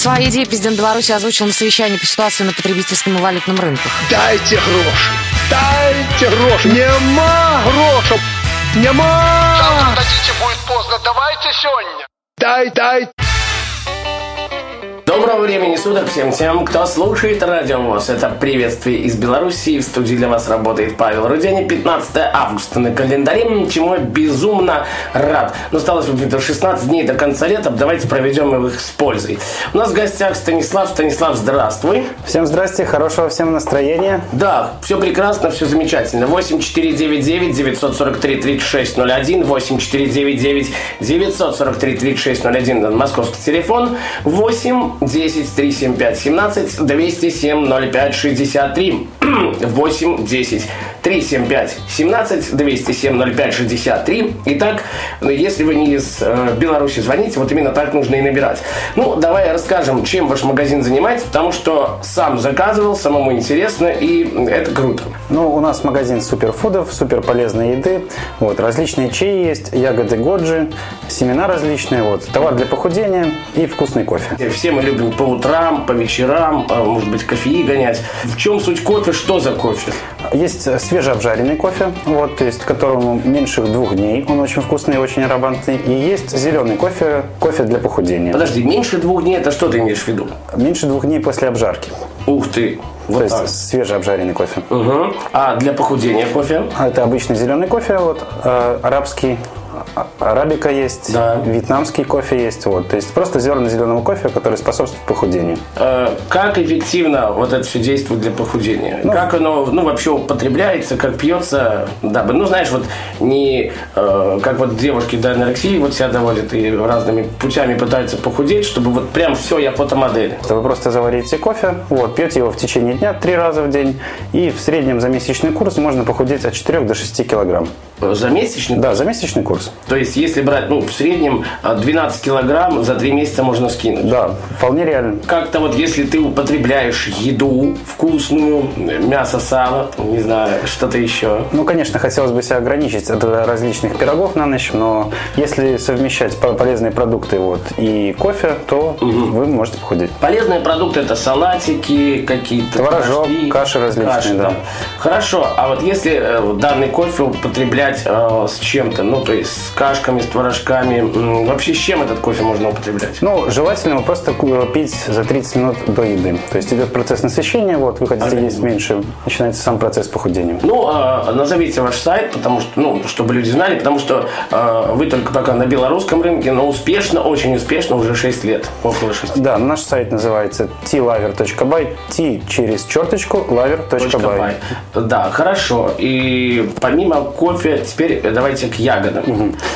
Свои идеи президент Беларуси озвучил на совещании по ситуации на потребительском и валютном рынках. Дайте гроши! Дайте гроши! Нема грошей! Нема! Завтра дадите, будет поздно. Давайте сегодня. Дай! Доброго времени суток всем тем, кто слушает Радио ВОС. Это приветствие из Беларуси. В студии для вас работает Павел Руденя. 15 августа на календаре, чему я безумно рад. Но осталось 16 дней до конца лета. Давайте проведем их с пользой. У нас в гостях Станислав. Станислав, здравствуй. Всем здрасте, хорошего всем настроения. Да, все прекрасно, все замечательно. 8499-943-3601, 8499-943-3601, московский телефон, 8-10-375-17-207-05-63, 8-10-375-17-207-05-63. Итак, если вы не из Беларуси звоните, вот именно так нужно и набирать. Ну, давай расскажем, чем ваш магазин занимается, потому что сам заказывал, самому интересно, и это круто. Ну, у нас магазин суперфудов, суперполезной еды. Вот, различные чаи есть, ягоды годжи, семена различные, вот, товар для похудения и вкусный кофе. Все мы любим по утрам, по вечерам, может быть, кофеи гонять. В чем суть кофе? Что за кофе? Есть свежеобжаренный кофе, вот, то есть которому меньше 2 дней. Он очень вкусный и очень ароматный. И есть зеленый кофе, кофе для похудения. Подожди, меньше 2 дней, это что ты имеешь в виду? Меньше 2 дней после обжарки. Ух ты! Вот то так. есть свежеобжаренный кофе. Угу. А для похудения кофе? Это обычный зеленый кофе, вот, арабский. Арабика есть, да. Вьетнамский кофе есть, вот, то есть просто зерна зеленого кофе, который способствует похудению. Как эффективно вот это все действует для похудения? Как оно, вообще употребляется, как пьется, дабы, знаешь, вот не как вот девушки до анорексии вот себя доводят и разными путями пытаются похудеть, чтобы вот прям все, я фотомодель. Вы просто заварите кофе, вот, пьете его в течение дня 3 раза в день, и в среднем за месячный курс можно похудеть от 4 до 6 килограмм. За месячный? Да, за месячный курс. То есть, если брать, в среднем 12 килограмм за 3 месяца можно скинуть? Да, вполне реально. Как-то вот, если ты употребляешь еду вкусную, мясо, сало, не знаю, что-то еще. Конечно, хотелось бы себя ограничить от различных пирогов на ночь, но если совмещать полезные продукты и кофе, то вы можете похудеть. Полезные продукты – это салатики, какие-то творожок, пирожки, каши различные, да. Хорошо, а вот если данный кофе употреблять с чем-то, то есть с кашками, с творожками, вообще с чем этот кофе можно употреблять? Желательно его просто пить за 30 минут до еды. То есть идет процесс насыщения, вы хотите есть меньше, начинается сам процесс похудения. Назовите ваш сайт, потому что, чтобы люди знали, потому что вы только пока на белорусском рынке, но успешно, очень успешно, уже 6 лет, около 6. Да, наш сайт называется tlaver.by, t через черточку, laver.by. Да, хорошо. И помимо кофе, теперь давайте к ягодам.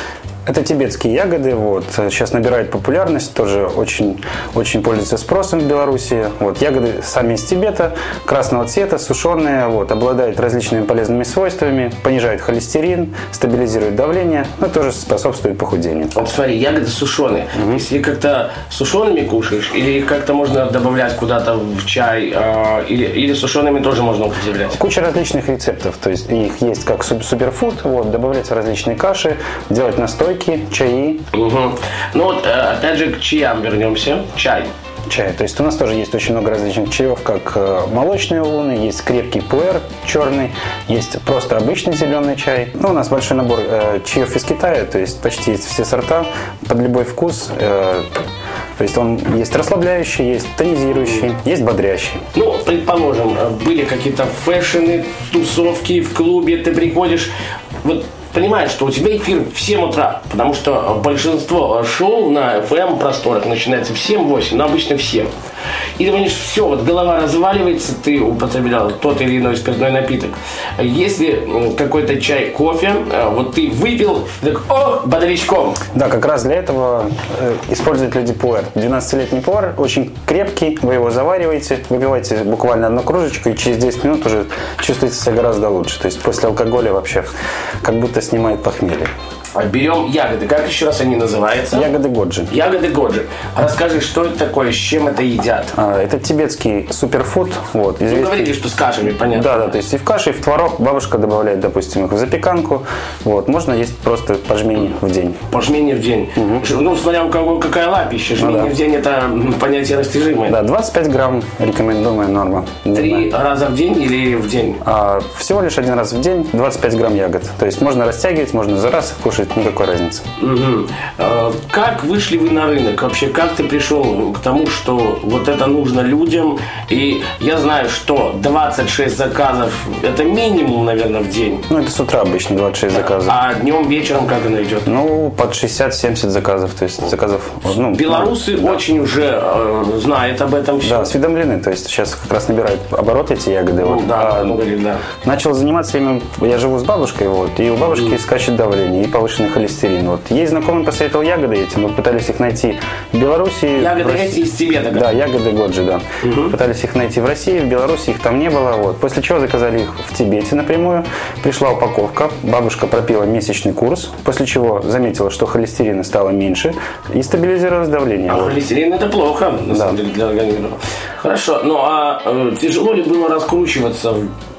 Это тибетские ягоды, сейчас набирают популярность, тоже очень, очень пользуются спросом в Беларуси. Ягоды сами из Тибета, красного цвета, сушеные, обладают различными полезными свойствами, понижают холестерин, стабилизируют давление, тоже способствует похудению. Смотри, ягоды сушеные. Если как-то сушеными кушаешь, или их как-то можно добавлять куда-то в чай, или сушеными тоже можно употреблять? Куча различных рецептов, то есть их есть как суперфуд, добавлять в различные каши, делать настойки, чаи. Опять же, к чаям вернемся. Чай. То есть у нас тоже есть очень много различных чаев, как молочные улуны, есть крепкий пуэр черный, есть просто обычный зеленый чай. У нас большой набор чаев из Китая, то есть почти все сорта, под любой вкус. То есть он есть расслабляющий, есть тонизирующий, есть бодрящий. Предположим, были какие-то фэшны, тусовки в клубе, ты приходишь, понимаешь, что у тебя эфир в 7 утра, потому что большинство шоу на FM просторах начинается в 7-8, но обычно в 7. И ты понимаешь, все, голова разваливается, ты употреблял тот или иной спиртной напиток. Если какой-то чай, кофе, ты выпил, так, бодрячком. Да, как раз для этого используют люди пуэр. 12-летний пуэр, очень крепкий, вы его завариваете, выпиваете буквально 1 кружечку, и через 10 минут уже чувствуете себя гораздо лучше. То есть после алкоголя вообще как будто снимает похмелье. Берем ягоды. Как еще раз они называются? Ягоды годжи. Ягоды годжи. Расскажи, что это такое, с чем это едят? Это тибетский суперфуд. Вот, Вы говорили, что с кашами, понятно. Да, то есть и в каше, и в творог. Бабушка добавляет, допустим, их в запеканку. Вот, можно есть просто по жмени в день. По жмени в день. Ну, смотря у кого какая лапища. Жмени в день – это понятие растяжимое. Да, 25 грамм рекомендуемая норма. 3 раза в день или в день? Всего лишь 1 раз в день 25 грамм ягод. То есть можно растягивать, можно за раз кушать, никакой разницы. Как вышли вы на рынок? Вообще, как ты пришел к тому, что вот это нужно людям? И я знаю, что 26 заказов – это минимум, наверное, в день. Ну, это с утра обычно 26 заказов. А днем, вечером как она идет? Ну, под 60-70 заказов. То есть заказов... Ну, белорусы очень уже знают об этом все. Да, осведомлены. То есть сейчас как раз набирают оборот эти ягоды. Ну, вот. да, Начал заниматься именно... Я живу с бабушкой, вот, и у бабушки скачет давление и повышенный холестерин. Вот. Ей знакомый посоветовал ягоды эти. Мы пытались их найти в Беларуси. Ягоды эти из Тибета? Да, ягоды годжи, да. Пытались их найти в России, в Беларуси их там не было. Вот. После чего заказали их в Тибете напрямую. Пришла упаковка. Бабушка пропила месячный курс. После чего заметила, что холестерина стало меньше и стабилизировалось давление. А холестерин – это плохо, на самом деле, для организма. Хорошо. Ну, а тяжело ли было раскручиваться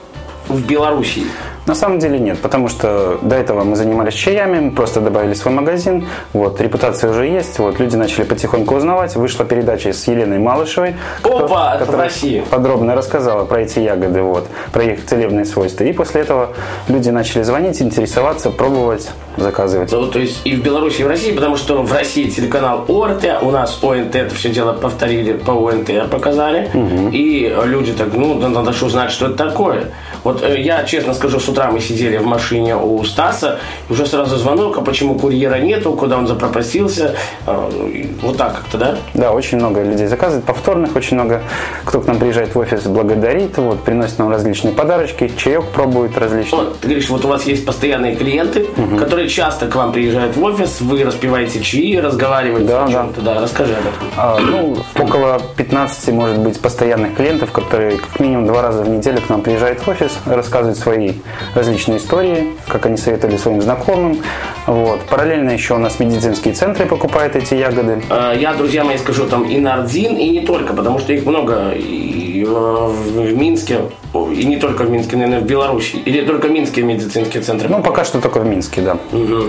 в Беларуси? На самом деле нет, потому что до этого мы занимались чаями, мы просто добавили свой магазин, вот, репутация уже есть, вот, люди начали потихоньку узнавать, вышла передача с Еленой Малышевой, которая в России подробно рассказала про эти ягоды, вот, про их целебные свойства, и после этого люди начали звонить, интересоваться, пробовать, заказывать. Ну, то есть и в Беларуси, и в России, потому что в России телеканал ОРТ, у нас ОНТ это все дело повторили, по ОНТ показали, и люди так, ну, надо же узнать, что это такое. Вот я честно скажу, с утра мы сидели в машине у Стаса, и уже сразу звонок, а почему курьера нету, куда он запропастился, вот так как-то, да? Да, очень много людей заказывает, повторных, очень много, кто к нам приезжает в офис, благодарит, вот, приносит нам различные подарочки, чаек пробует различный. Вот, ты говоришь, вот у вас есть постоянные клиенты, которые часто к вам приезжают в офис, вы распиваете чаи, разговариваете о чем-то, да, расскажи об этом. Около 15, может быть, постоянных клиентов, которые как минимум 2 раза в неделю к нам приезжают в офис, рассказывают свои различные истории, как они советовали своим знакомым. Вот. Параллельно еще у нас медицинские центры покупают эти ягоды. Я, друзья мои, скажу, там и Нардин, и не только, потому что их много и в Минске, и не только в Минске, наверное, в Беларуси. Или только минские медицинские центры? Ну, пока что только в Минске, да.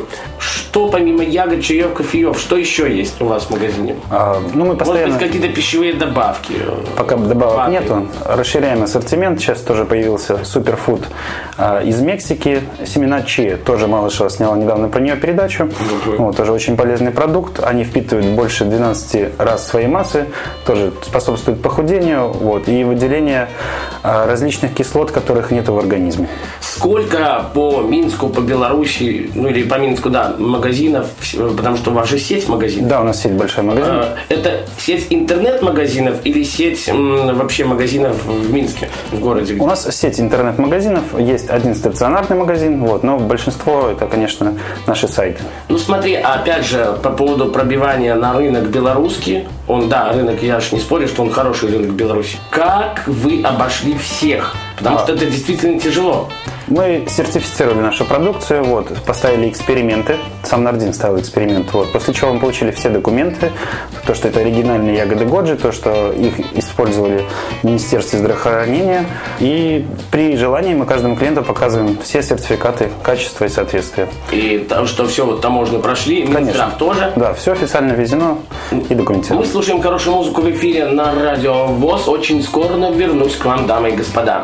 Что помимо ягод, чаев, кофеев, что еще есть у вас в магазине? Мы постоянно... Может быть, какие-то пищевые добавки? Пока добавок нету. Расширяем ассортимент. Сейчас тоже появился суперфуд из Мексики. Семена чиа. Тоже Малышева сняла недавно про нее передачу. Вот, тоже очень полезный продукт. Они впитывают больше 12 раз своей массы. Тоже способствуют похудению, вот, и выделению различных кислот, которых нет в организме. Сколько по Минску, по Беларуси, ну или по Минску, да, магазинов, потому что у вас же сеть магазинов? Да, у нас сеть большая магазинов. Это сеть интернет-магазинов или сеть вообще магазинов в Минске, в городе? У нас сеть интернет-магазинов, есть один стационарный магазин, вот, но большинство это, конечно, наши сайты. Ну смотри, опять же, по поводу пробивания на рынок белорусский, рынок, я же не спорю, что он хороший рынок в Беларуси. Как вы обошли всех? Потому что это действительно тяжело. Мы сертифицировали нашу продукцию, вот, поставили эксперименты, сам Нардин ставил эксперимент, вот, после чего мы получили все документы, то, что это оригинальные ягоды годжи, то, что их использовали в Министерстве здравоохранения, и при желании мы каждому клиенту показываем все сертификаты качества и соответствия. И что все вот таможню прошли, Минздрав тоже? Да, все официально ввезено и документировано. Мы слушаем хорошую музыку в эфире на Радио ВОС. Очень скоро вернусь к вам, дамы и господа.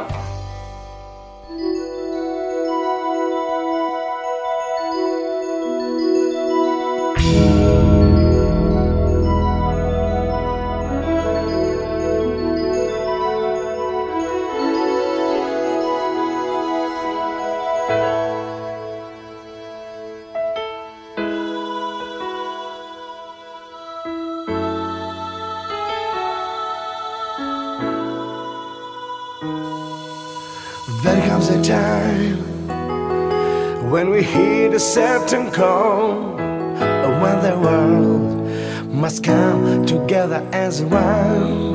There comes a time when we hear the certain call, when the world must come together as one.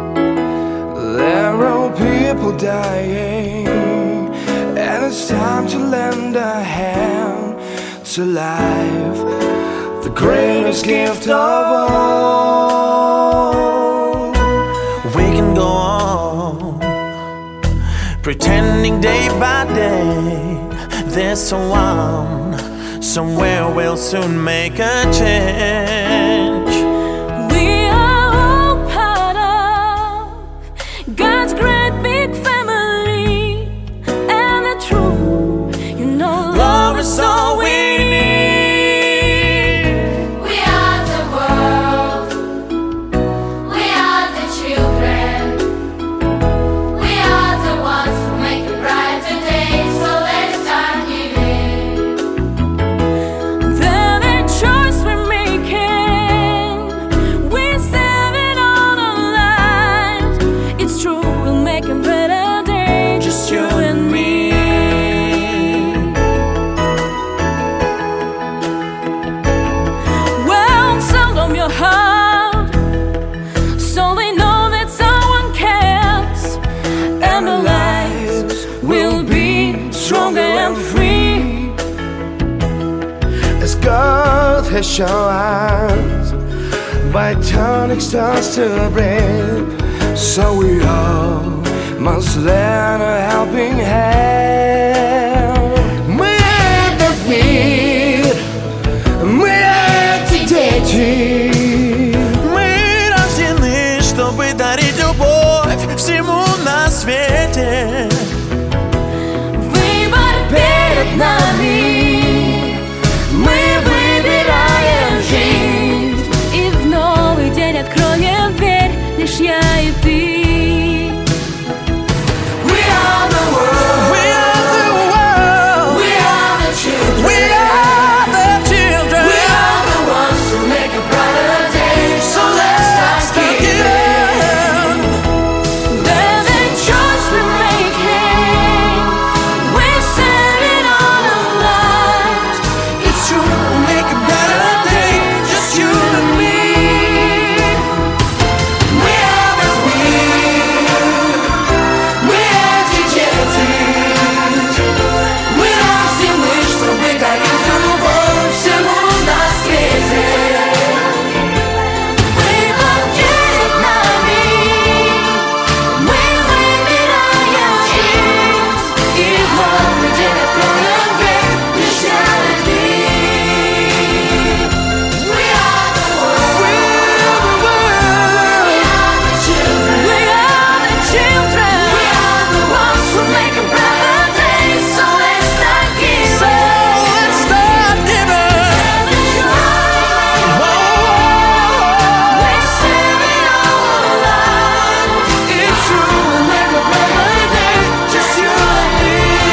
There are people dying, and it's time to lend a hand to life, the greatest gift of all. We can go on, pretending day by day there's someone, somewhere we'll soon make a change. We are all part of God's great big family, and the truth, you know, love is all we need. We are the world, we are the children, we are the ones who make a brighter day, so let's start giving. They're the choice we're making, we're saving all our lives. It's true, we'll make a better day, just you and me. Well, sell them your heart, so they know that someone cares, and their lives will be stronger and free. As God has shown us by turning stars to bread, so we all must lend a helping hand. Мы этот мир, мы эти дети. Мы рождены, чтобы дарить любовь всему на свете. Выбор перед нами, мы выбираем жизнь, и в новый день откроем дверь лишь я и ты. We are the world, We are the world, we are the children, we are the children. we are the ones who make a brighter day. So let's start giving. They're the choice we're making, we're saving all our lives. It's true, we'll make a better day, just you and me. We are the world, we are the children, we рождены, чтобы дарить любовь всему на свете. Выбор перед нами, мы выбираем жизнь, и в новый день откроем дверь лишь я и ты. We are the world, We are the world, we are the children, We are the children, we are the ones who make a brighter day, so let's start giving. So let's start giving. we're saving all our lives. it's true, we'll make a brighter day, just you and me.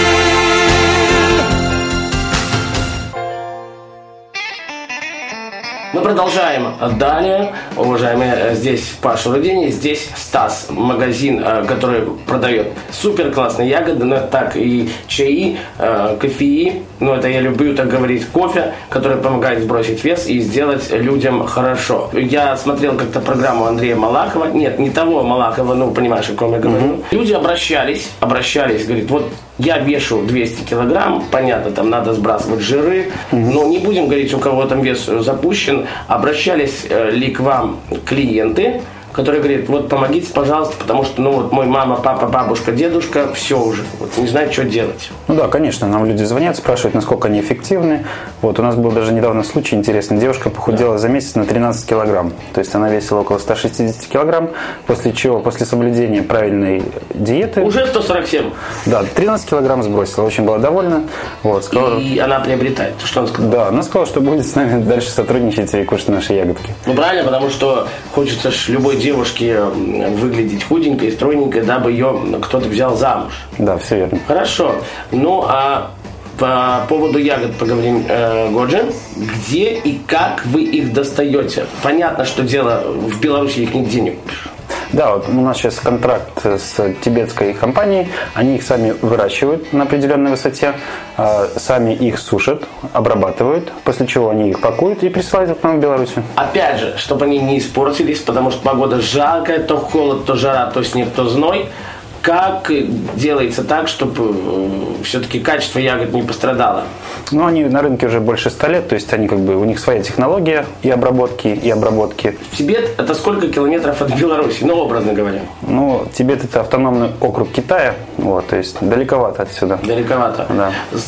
Мы продолжаем далее. Уважаемые, здесь Паша Рудени, здесь Стас. Магазин, который продает супер классные ягоды, но так и чаи, кофеи. Ну, это я люблю так говорить, кофе, который помогает сбросить вес и сделать людям хорошо. Я смотрел как-то программу Андрея Малахова. Нет, не того Малахова, ну, понимаешь, о ком я говорю. Люди обращались, говорит, вот я вешу 200 килограмм, понятно, там надо сбрасывать жиры, но не будем говорить, у кого там вес запущен. Обращались ли к вам клиенты, которые говорят, вот помогите, пожалуйста, потому что, ну, вот мой мама, папа, бабушка, дедушка, все уже, вот не знают, что делать. Ну да, конечно, нам люди звонят, спрашивают, насколько они эффективны. Вот у нас был даже недавно случай интересный. Девушка похудела за месяц на 13 килограмм. То есть она весила около 160 килограмм, после чего, после соблюдения правильной диеты... Уже 147. Да, 13 килограмм сбросила, очень была довольна. Вот, сказала, И она приобретает, что она сказала? да, она сказала, что будет с нами дальше сотрудничать и кушать наши ягодки. Ну, правильно, потому что хочется ж любой девушке выглядеть худенькой, стройненькой, дабы ее кто-то взял замуж. Да, все верно. Хорошо. Ну, а по поводу ягод поговорим, Годжи. Где и как вы их достаете? Понятно, что дело в Беларуси их нигде не купишь. Да, вот у нас сейчас контракт с тибетской компанией. Они их сами выращивают на определенной высоте, сами их сушат, обрабатывают, после чего они их пакуют и присылают к нам в Беларусь. Опять же, чтобы они не испортились, потому что погода жаркая, то холод, то жара, то снег, то зной. Как делается так, чтобы все-таки качество ягод не пострадало? Ну, они на рынке уже больше 100 лет, то есть они как бы, у них своя технология и обработки. Тибет – это сколько километров от Беларуси, ну, образно говоря? Ну, Тибет – это автономный округ Китая, вот, то есть далековато отсюда. Далековато. Да.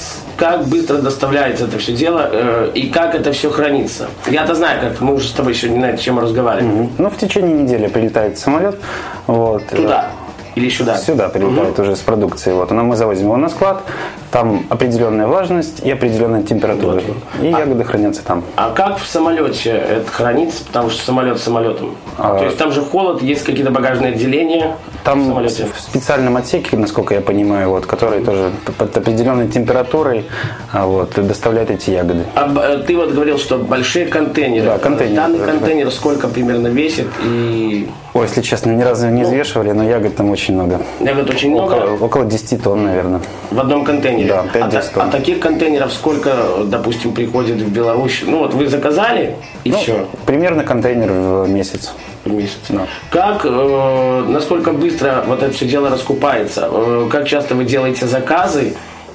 Как быстро доставляется это все дело и как это все хранится? Я-то знаю, как мы уже с тобой сегодня на эту тему разговаривали. Ну, в течение недели прилетает самолет. Вот. Туда? Или сюда? Сюда прилетает уже с продукцией. Вот. Но мы завозим его на склад. Там определенная влажность и определенная температура. И ягоды хранятся там. А как в самолете это хранится? Потому что самолет самолетом. То есть там же холод, есть какие-то багажные отделения там в самолете? В специальном отсеке, насколько я понимаю, вот, который тоже под определенной температурой вот, доставляет эти ягоды. Ты вот говорил, что большие контейнеры. Да, контейнеры. Данный контейнер сколько примерно весит? И... Ой, если честно, ни разу не взвешивали, но ягод там очень много. Ягод очень много? Около 10 тонн, наверное. В одном контейнере? Да, 5-10 тонн. А таких контейнеров сколько, допустим, приходит в Беларусь? Ну вот вы заказали и все? Примерно контейнер в месяц. В месяц. Да. Как, насколько быстро вот это все дело раскупается? Как часто вы делаете заказы?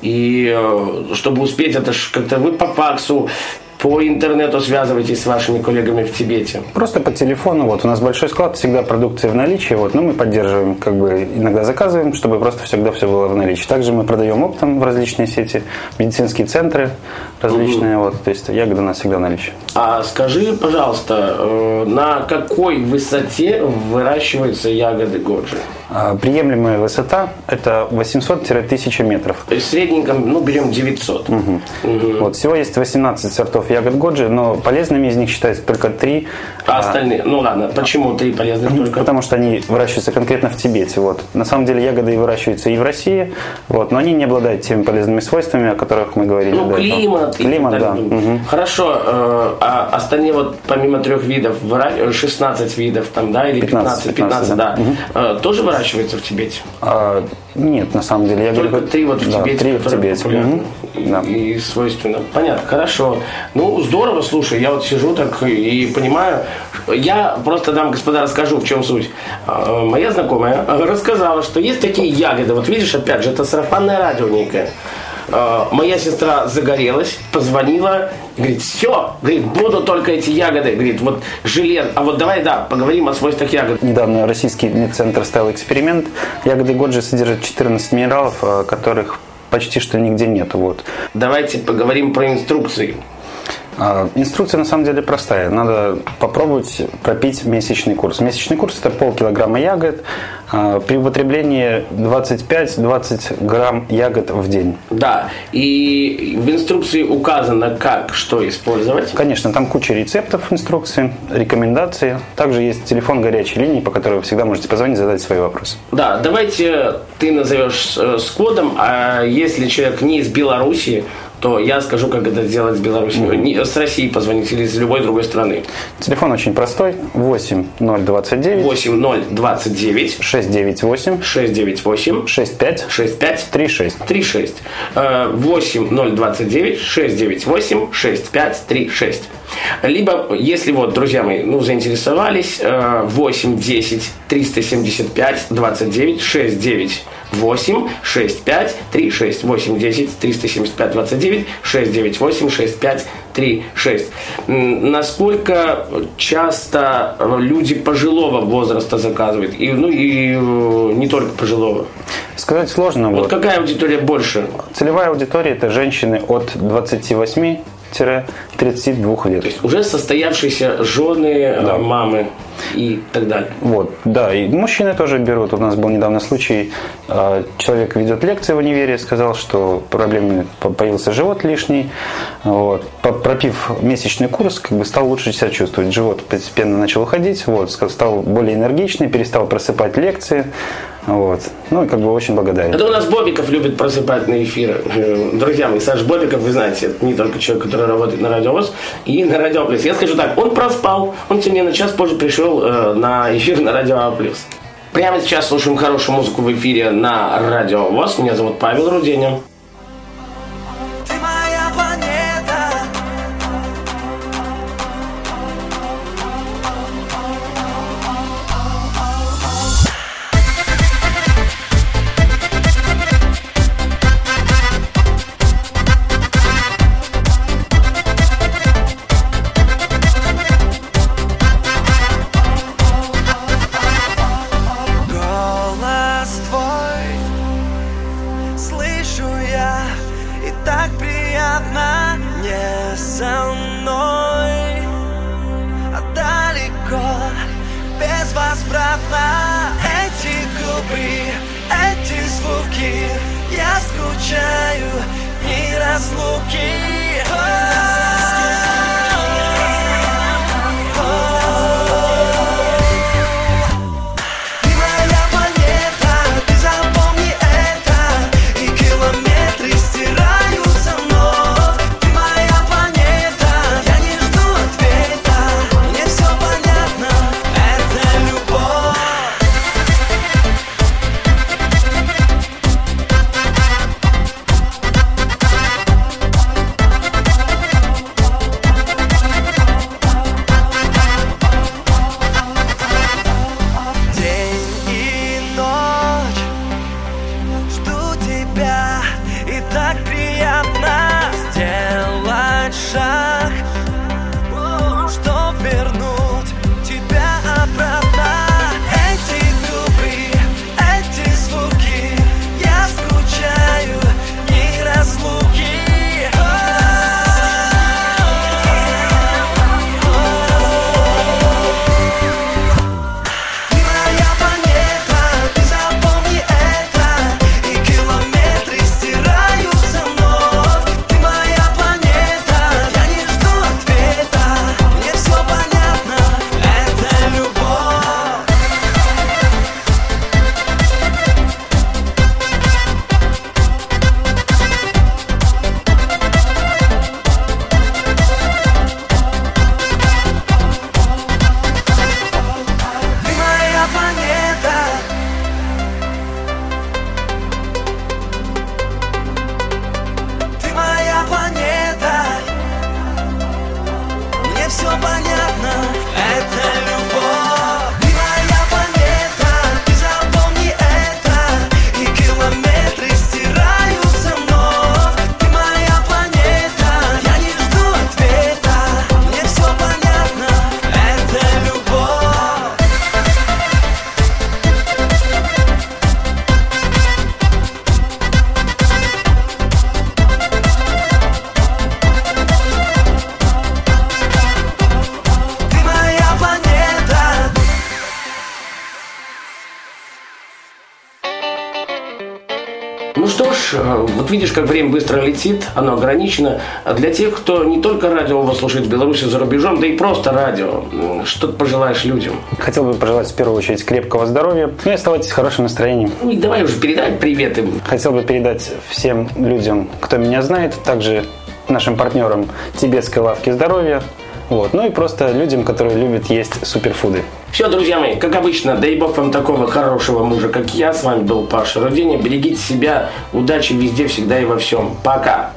И чтобы успеть, это ж как-то вы по факсу, по интернету связываетесь с вашими коллегами в Тибете? Просто по телефону. Вот у нас большой склад, всегда продукция в наличии. Вот, но мы поддерживаем, как бы иногда заказываем, чтобы просто всегда все было в наличии. Также мы продаем оптом в различные сети, медицинские центры различные. Вот, то есть ягоды у нас всегда в наличии. А скажи, пожалуйста, на какой высоте выращиваются ягоды Годжи? Приемлемая высота – это 800-1000 метров. То есть в средненьком, берем 900. Вот, всего есть 18 сортов ягод Годжи, но полезными из них считаются только 3. А остальные? Ну ладно, почему 3 полезных только? Потому что они выращиваются конкретно в Тибете. Вот. На самом деле ягоды выращиваются и в России, вот, но они не обладают теми полезными свойствами, о которых мы говорили. Ну, климат. Климат, да. Хорошо, а остальные вот помимо 3 видов, 16 видов там, да, или 15 да. Тоже выращиваются в Тибете? Нет, на самом деле. Только 3 вот в Тибете. 3 в Тибете. И свойственно. Понятно, хорошо. Ну, здорово, слушай, я вот сижу так и понимаю. Я просто вам, господа, расскажу, в чем суть. Моя знакомая рассказала, что есть такие ягоды. Вот видишь, опять же, это сарафанное радио некое. Моя сестра загорелась, позвонила, говорит, все, говорит, буду только эти ягоды, говорит, вот желез, а вот давай, да, поговорим о свойствах ягод. Недавно российский медцентр ставил эксперимент. Ягоды Годжи содержат 14 минералов, которых почти что нигде нету. Вот. Давайте поговорим про инструкции. Инструкция на самом деле простая. Надо попробовать пропить месячный курс. Месячный курс – это полкилограмма ягод. При употреблении 25-20 грамм ягод в день. Да, и в инструкции указано, как, что использовать. Конечно, там куча рецептов инструкции, рекомендаций. Также есть телефон горячей линии, по которой вы всегда можете позвонить, задать свои вопросы. Да, давайте ты назовешь с кодом, а если человек не из Беларуси, то я скажу, как это сделать с Беларуси. С России позвонить или из любой другой страны. Телефон очень простой. 8029 8029 698 698 65 65 36 36 8029 698 65 36. Либо, если вот, друзья мои, заинтересовались, 8 10 375 29 69 8 6 5 3 6 8 10 375 29 6 9 8 6 5 3 6. Насколько часто люди пожилого возраста заказывают? И не только пожилого. Сказать сложно. Вот какая аудитория больше? Целевая аудитория – это женщины от 28 32 лет. То есть уже состоявшиеся жены, да, мамы и так далее. Вот, да, и мужчины тоже берут. У нас был недавно случай, человек ведет лекции в универе, сказал, что проблемный появился живот лишний. Вот. Пропив месячный курс, стал лучше себя чувствовать. Живот постепенно начал уходить, стал более энергичный, перестал просыпать лекции. Вот. Очень благодарен. Это у нас Бобиков любит просыпать на эфиры. Друзья мои, Саш Бобиков, вы знаете, это не только человек, который работает на Радио ВОС и на Радио Плюс. Я скажу так, он проспал, он сегодня на час позже пришел на эфир на Радио Плюс. Прямо сейчас слушаем хорошую музыку в эфире на Радио ВОС. Меня зовут Павел Руденя. звуки, я скучаю, ни разлуки. Ты моя планета, ты запомни это, и километры стираются вновь. Ты моя планета, я не жду ответа, мне все понятно, это любовь. День и ночь жду тебя, и так приятно сделать шаг, чтоб вернуть тебя обратно. Эти губы, эти звуки, я скучаю, ни разлуки. Ты моя планета, ты запомни это, и километры стираются вновь. Ты моя планета, я не жду ответа, мне все понятно, это любовь. Ты моя планета. Ты моя планета. Мне все понятно, это любовь. Ты моя планета, ты запомни это, и километры стираются вновь. Ты моя планета, я не жду ответа, мне все понятно, это любовь. Ты моя планета. Ну что ж, вот видишь, как время быстро летит, оно ограничено. А для тех, кто не только радио слушает в Беларуси, за рубежом, да и просто радио, что ты пожелаешь людям? Хотел бы пожелать в первую очередь крепкого здоровья, ну и оставайтесь в хорошем настроении. Ну и давай уже передай привет им. Хотел бы передать всем людям, кто меня знает, также нашим партнерам Тибетской лавки здоровья, вот, ну и просто людям, которые любят есть суперфуды. Все, друзья мои, как обычно, дай бог вам такого хорошего мужа, как я. С вами был Паша Руденя. Берегите себя, удачи везде, всегда и во всем. Пока!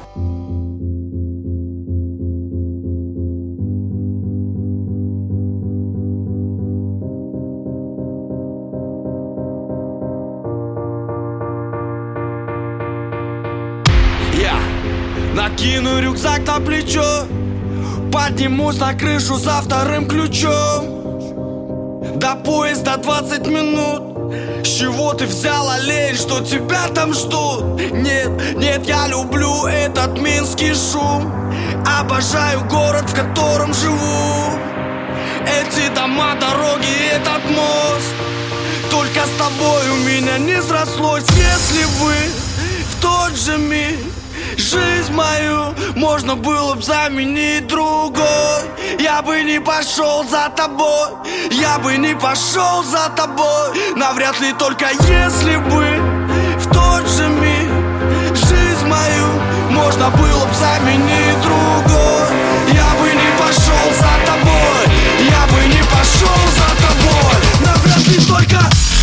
Я накину рюкзак на плечо, поднимусь на крышу за вторым ключом. До поезда 20 минут. С чего ты взял, олень, что тебя там ждут? Нет, нет, я люблю этот минский шум. Обожаю город, в котором живу. Эти дома, дороги, этот мост. Только с тобой у меня не срослось. Если бы в тот же миг жизнь мою можно было бы заменить другой, я бы не пошел за тобой, я бы не пошел за тобой. Навряд ли, только если бы в тот же миг жизнь мою можно было бы заменить другой, я бы не пошел за тобой, я бы не пошел за тобой. Навряд ли, только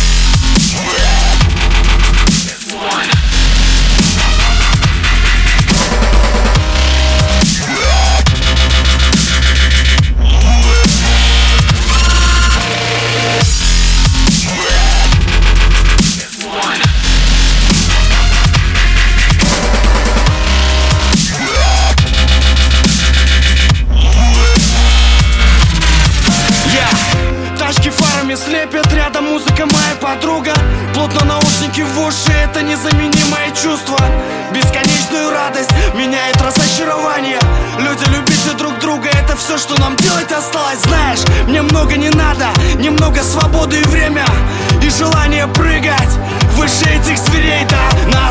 слепят, рядом музыка моя подруга. Плотно наушники в уши, это незаменимое чувство. Бесконечную радость меняет разочарование. Люди, любите друг друга, это все, что нам делать осталось. Знаешь, мне много не надо, немного свободы и время, и желание прыгать выше этих зверей, да.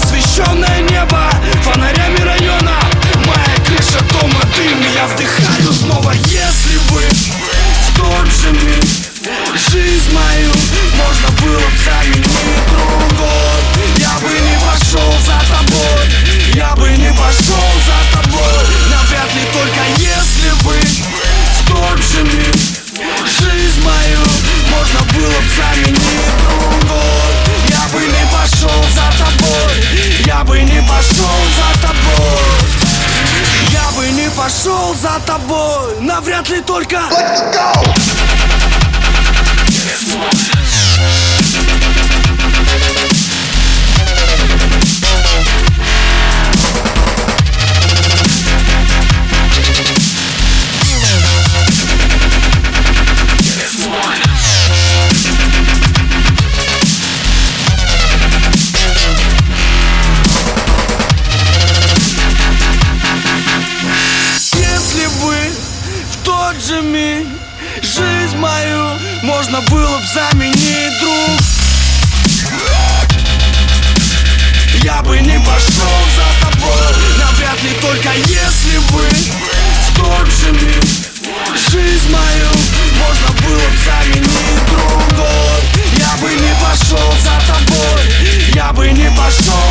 только Let's go! Если бы в тот же миг жизнь мою можно было б заменить, друг, я бы не пошел за тобой. Навряд ли только если бы в тот же миг жизнь мою можно было б заменить другой. Я бы не пошел за тобой, я бы не пошел